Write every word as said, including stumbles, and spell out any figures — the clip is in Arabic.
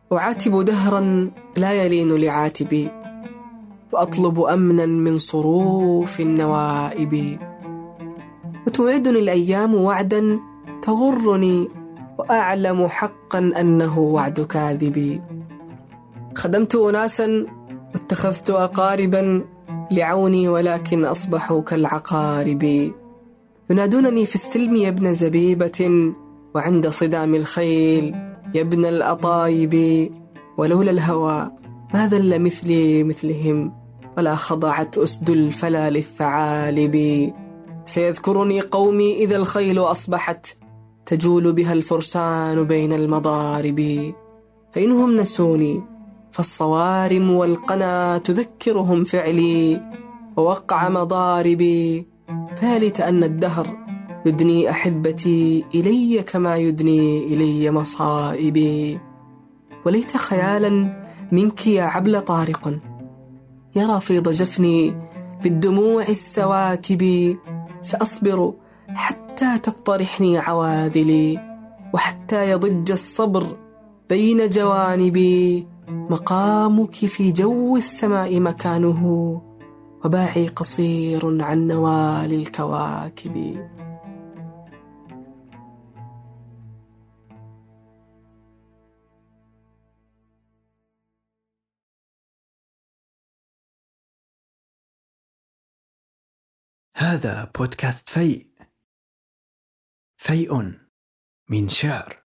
أعاتب دهرا لا يلين لعاتبي، وأطلب أمنا من صروف النوائب، وتوعدني الأيام وعدا تغرني، وأعلم حقا أنه وعد كاذب. خدمت أناسا واتخذت أقاربا لعوني، ولكن أصبحوا كالعقارب. ينادونني في السلم يا ابن زبيبة، وعند صدام الخيل يا ابن الأطايب. ولولا الهوى ما ذل مثلي مثلهم، ولا خضعت أسد الفلا للثعالب. سيذكرني قومي إذا الخيل أصبحت تجول بها الفرسان بين المضارب. فإنهم نسوني فالصوارم والقنا تذكرهم فعلي ووقع مضاربي. فالت أن الدهر يدني أحبتي إلي كما يدني إلي مصائبي. وليت خيالا منك يا عبل طارق يرى فيض جفني بالدموع السواكب. سأصبر حتى تطرحني عواذلي، وحتى يضج الصبر بين جوانبي. مقامك في جو السماء مكانه، وباعي قصير عن نوال الكواكب. هذا بودكاست فيء، فيء من شعر.